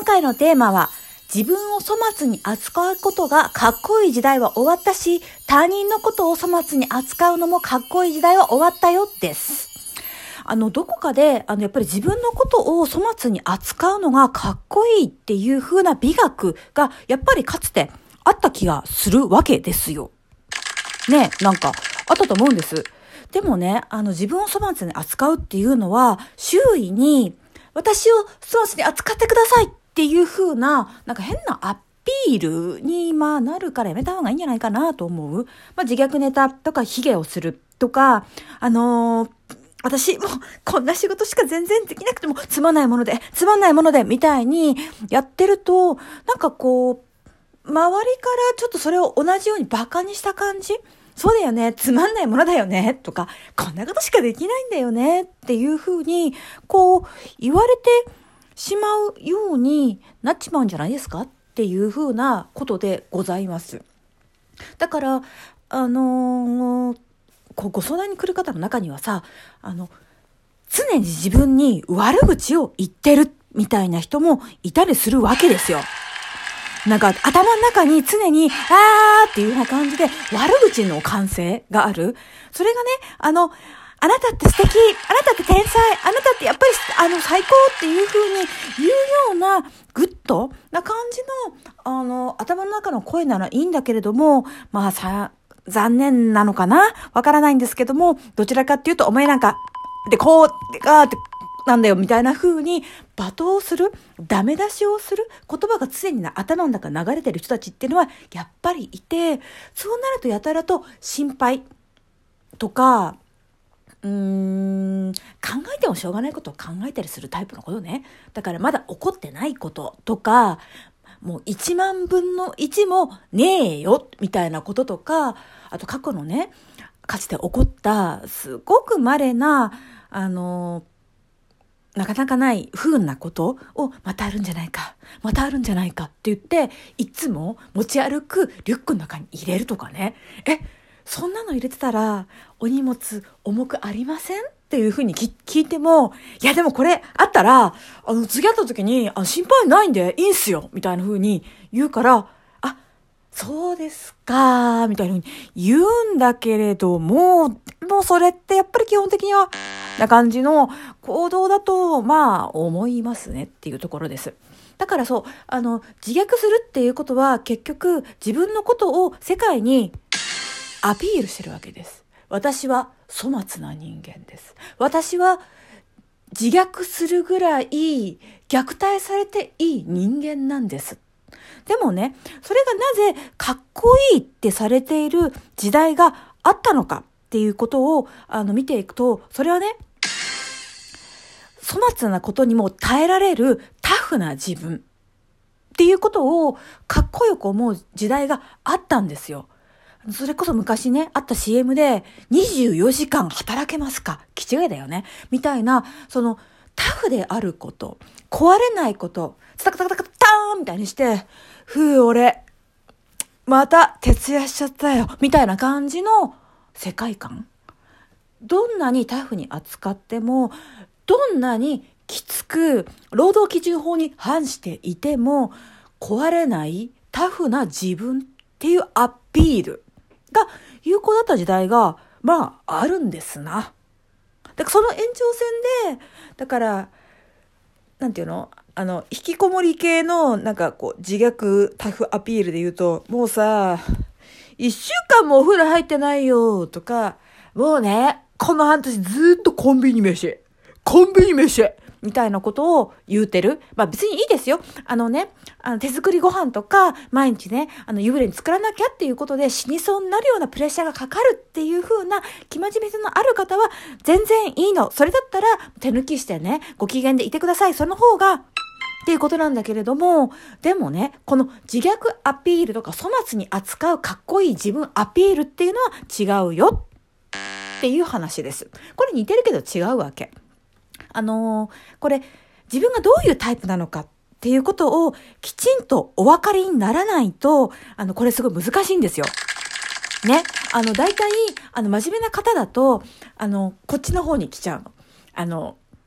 回のテーマは、自分を粗末に扱うことがかっこいい時代は終わったし、他人のことを粗末に扱うのもかっこいい時代は終わったよです。どこかで、やっぱり自分のことを粗末に扱うのがかっこいいっていう風な美学が、やっぱりかつてあった気がするわけですよ。ね、なんか、あったと思うんです。でもね、自分を粗末に扱うっていうのは、周囲に、私を粗末に扱ってくださいっていう風な、なんか変なアピールに、なるからやめた方がいいんじゃないかなと思う。自虐ネタとか卑下をするとか、私もうこんな仕事しか全然できなくてもつまんないものでみたいにやってると、なんかこう、周りからちょっとそれを同じようにバカにした感じ？そうだよね、つまんないものだよね、とか、こんなことしかできないんだよね、っていう風に、こう、言われてしまうようになっちまうんじゃないですかっていう風なことでございます。だから、ご相談に来る方の中にはさ、常に自分に悪口を言ってるみたいな人もいたりするわけですよ。なんか頭の中に常にっていうような感じで悪口の感性がある。それがね、あなたって素敵、あなたって天才、あなたってやっぱり最高っていう風に言うようなグッドな感じの頭の中の声ならいいんだけれども、残念なのかな、わからないんですけども、どちらかっていうとお前なんかでこうってなんだよみたいな風に罵倒する、ダメ出しをする言葉が常に頭の中流れてる人たちっていうのはやっぱりいて、そうなるとやたらと心配とか考えてもしょうがないことを考えたりするタイプのことね。だからまだ起こってないこととか、もう1万分の1もねえよみたいなこととか、あと過去のね、かつて起こったすごく稀ななかなかない不運なことをまたあるんじゃないかって言っていつも持ち歩くリュックの中に入れるとかね。そんなの入れてたらお荷物重くありませんっていうふうに聞いても、いやでもこれあったら次会った時に心配ないんでいいんすよみたいなふうに言うから、そうですかみたいなふうに言うんだけれども、もうそれってやっぱり基本的にはな感じの行動だと思いますねっていうところです。だからそう自虐するっていうことは結局自分のことを世界にアピールしてるわけです。私は粗末な人間です。私は自虐するぐらい虐待されていい人間なんです。でもね、それがなぜかっこいいってされている時代があったのかっていうことを見ていくと、それはね、粗末なことにも耐えられるタフな自分っていうことをかっこよく思う時代があったんですよ。それこそ昔ね、あった CM で24時間働けますか？気違いだよね。みたいな、タフであること、壊れないこと、ターンみたいにして、俺、また徹夜しちゃったよ。みたいな感じの世界観。どんなにタフに扱っても、どんなにきつく労働基準法に反していても壊れないタフな自分っていうアピールが有効だった時代があるんですな。だからその延長線で、だからなんていうの、引きこもり系の自虐タフアピールで言うと、もうさ1週間もお風呂入ってないよとか、もうねこの半年ずっとコンビニ飯みたいなことを言うてる。別にいいですよ。手作りご飯とか、毎日ね、湯船に作らなきゃっていうことで死にそうになるようなプレッシャーがかかるっていう風な気真面目さのある方は全然いいの。それだったら手抜きしてね、ご機嫌でいてください。その方が、っていうことなんだけれども、でもね、この自虐アピールとか粗末に扱うかっこいい自分アピールっていうのは違うよっていう話です。これ似てるけど違うわけ。これ自分がどういうタイプなのかっていうことをきちんとお分かりにならないと、これすごい難しいんですよ。ね。大体、真面目な方だと、こっちの方に来ちゃうの。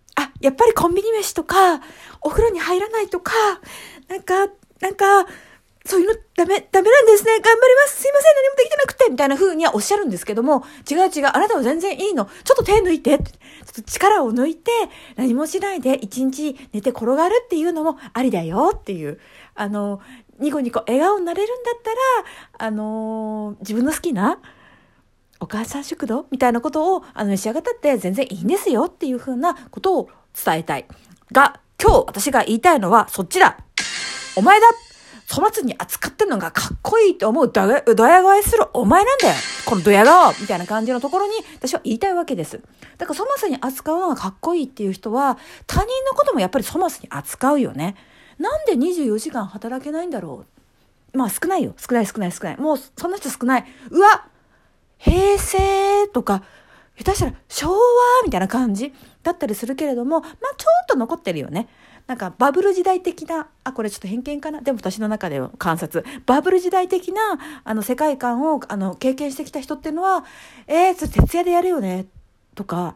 やっぱりコンビニ飯とか、お風呂に入らないとか、なんか、そういうのダメなんですね。頑張ります。すいません。何もできてなくて。みたいな風にはおっしゃるんですけども、違う。あなたは全然いいの。ちょっと手抜いて。ちょっと力を抜いて、何もしないで一日寝て転がるっていうのもありだよっていう。ニコニコ笑顔になれるんだったら、自分の好きなお母さん食堂みたいなことを召し上がったって全然いいんですよっていう風なことを伝えたい。が、今日私が言いたいのはそっちだ。お前だ。粗末に扱ってんのがかっこいいと思うドヤ顔するお前なんだよ。このドヤ顔みたいな感じのところに私は言いたいわけです。だから粗末に扱うのがかっこいいっていう人は他人のこともやっぱり粗末に扱うよね。なんで24時間働けないんだろう。まあ少ないよ。少ない。もうそんな人少ない。うわ平成とか下手したら昭和みたいな感じだったりするけれども、まあちょっと残ってるよね。なんかバブル時代的な、これちょっと偏見かな。でも私の中での観察。バブル時代的な世界観を経験してきた人っていうのは、それ徹夜でやるよねとか、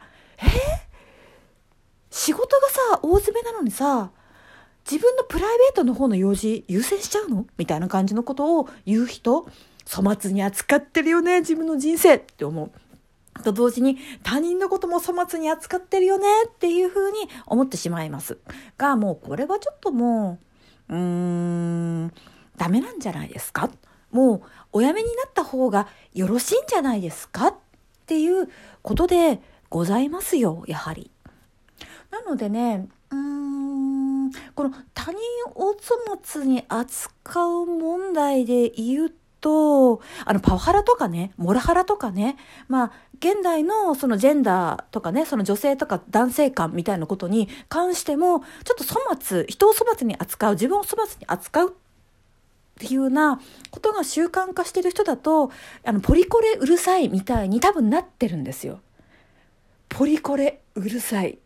仕事がさ、大詰めなのにさ、自分のプライベートの方の用事優先しちゃうのみたいな感じのことを言う人、粗末に扱ってるよね、自分の人生って思う。と同時に他人のことも粗末に扱ってるよねっていうふうに思ってしまいますが、もうこれはちょっともうダメなんじゃないですか。もうおやめになった方がよろしいんじゃないですかっていうことでございますよ、やはり。なのでね、この他人を粗末に扱う問題で言うと、パワハラとかね、モラハラとかね、まあ現代のそのジェンダーとかね、その女性とか男性観みたいなことに関しても、ちょっと人を粗末に扱う、自分を粗末に扱うっていうようなことが習慣化してる人だと、ポリコレうるさいみたいに多分なってるんですよ。ポリコレうるさい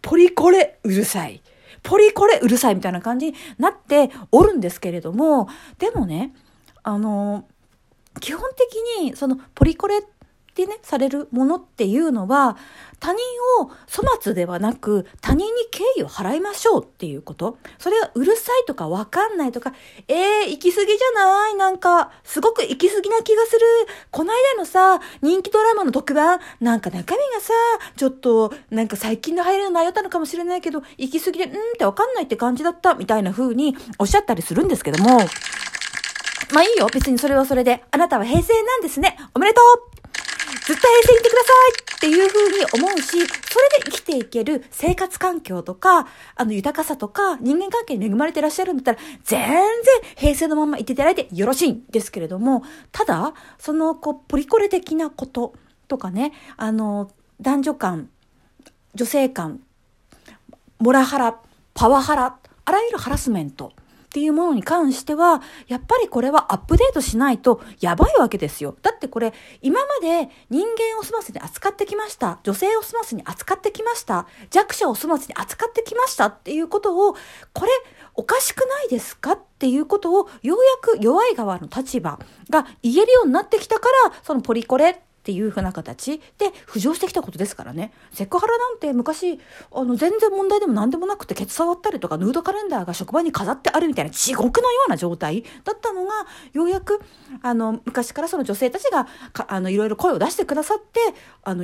みたいな感じになっておるんですけれども、でもね、基本的にそのポリコレってね、されるものっていうのは、他人を粗末ではなく他人に敬意を払いましょうっていうこと。それがうるさいとかわかんないとか、行き過ぎじゃない？なんかすごく行き過ぎな気がする。この間のさ、人気ドラマの特番、なんか中身がさ、ちょっとなんか最近の流行りの内容だったのかもしれないけど、行き過ぎでってわかんないって感じだったみたいな風におっしゃったりするんですけども、まあいいよ。別にそれはそれで。あなたは平成なんですね。おめでとう。ずっと平成にいてくださいっていう風に思うし、それで生きていける生活環境とか、豊かさとか、人間関係に恵まれてらっしゃるんだったら、全然平成のままいていただいてよろしいんですけれども、ただ、その、ポリコレ的なこととかね、男女間、女性間、モラハラ、パワハラ、あらゆるハラスメント、っていうものに関しては、やっぱりこれはアップデートしないとやばいわけですよ。だってこれ、今まで人間を粗末に扱ってきました。女性を粗末に扱ってきました。弱者を粗末に扱ってきましたっていうことを、これおかしくないですかっていうことを、ようやく弱い側の立場が言えるようになってきたから、そのポリコレっていう風な形で浮上してきたことですからね。セクハラなんて昔全然問題でも何でもなくて、ケツ触ったりとかヌードカレンダーが職場に飾ってあるみたいな地獄のような状態だったのが、ようやく昔からその女性たちがいろいろ声を出してくださって、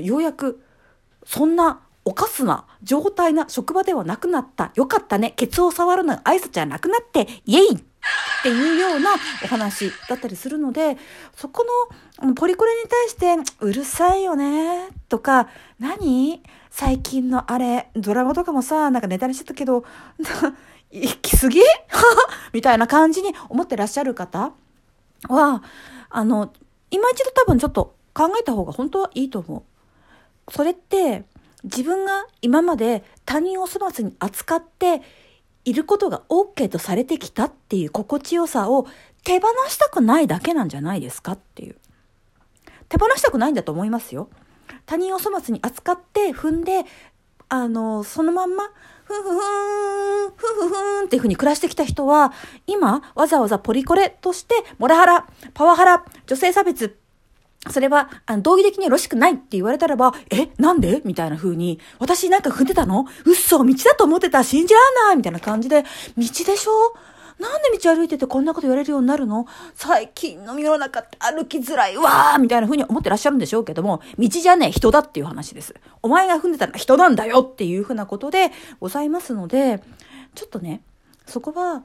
ようやくそんなおかすな状態な職場ではなくなった。よかったね。ケツを触るのが挨拶じゃなくなってイエイっていうようなお話だったりするので、そこのポリコレに対してうるさいよねとか、何最近のあれドラマとかもさ、なんかネタにしてたけど行き過ぎみたいな感じに思ってらっしゃる方は今一度多分ちょっと考えた方が本当はいいと思う。それって自分が今まで他人を粗末に扱っていることが OK とされてきたっていう心地よさを手放したくないだけなんじゃないですかっていう。手放したくないんだと思いますよ。他人を粗末に扱って踏んで、そのまんまふんっていう風に暮らしてきた人は、今わざわざポリコレとしてモラハラ、パワハラ、女性差別それは、道義的によろしくないって言われたらば、なんでみたいな風に、私なんか踏んでたの？嘘、道だと思ってた、信じらんないみたいな感じで、道でしょ？なんで道歩いててこんなこと言われるようになるの？最近の世の中って歩きづらいわーみたいな風に思ってらっしゃるんでしょうけども、道じゃねえ、人だっていう話です。お前が踏んでたのは人なんだよっていう風なことでございますので、ちょっとね、そこは、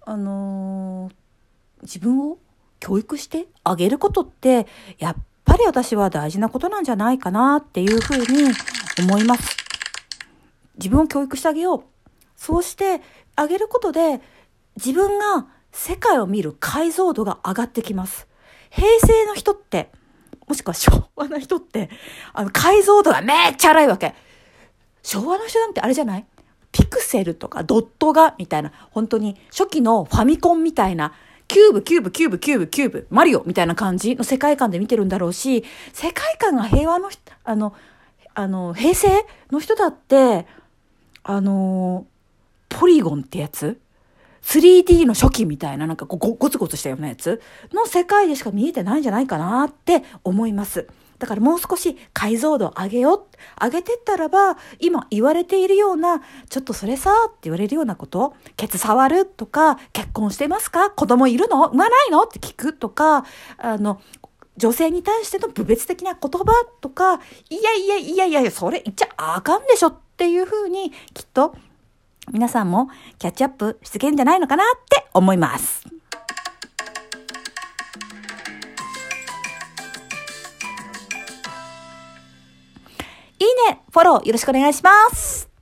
自分を教育してあげることって、やっぱり私は大事なことなんじゃないかなっていうふうに思います。自分を教育してあげよう。そうしてあげることで、自分が世界を見る解像度が上がってきます。平成の人って、もしくは昭和の人って、解像度がめっちゃ荒いわけ。昭和の人なんてあれじゃない？ピクセルとかドットがみたいな、本当に初期のファミコンみたいな、キューブ、マリオみたいな感じの世界観で見てるんだろうし、世界観が平和の人、平成の人だって、ポリゴンってやつ？ 3D の初期みたいな、なんかゴツゴツしたようなやつの世界でしか見えてないんじゃないかなって思います。だからもう少し解像度を上げよう。上げてったらば、今言われているような、ちょっとそれさって言われるようなこと、ケツ触るとか、結婚してますか？子供いるの？産まないの？って聞くとか、女性に対しての侮蔑的な言葉とか、いや、それ言っちゃあかんでしょっていうふうに、きっと皆さんもキャッチアップしてけんじゃないのかなって思います。いいね、フォローよろしくお願いします。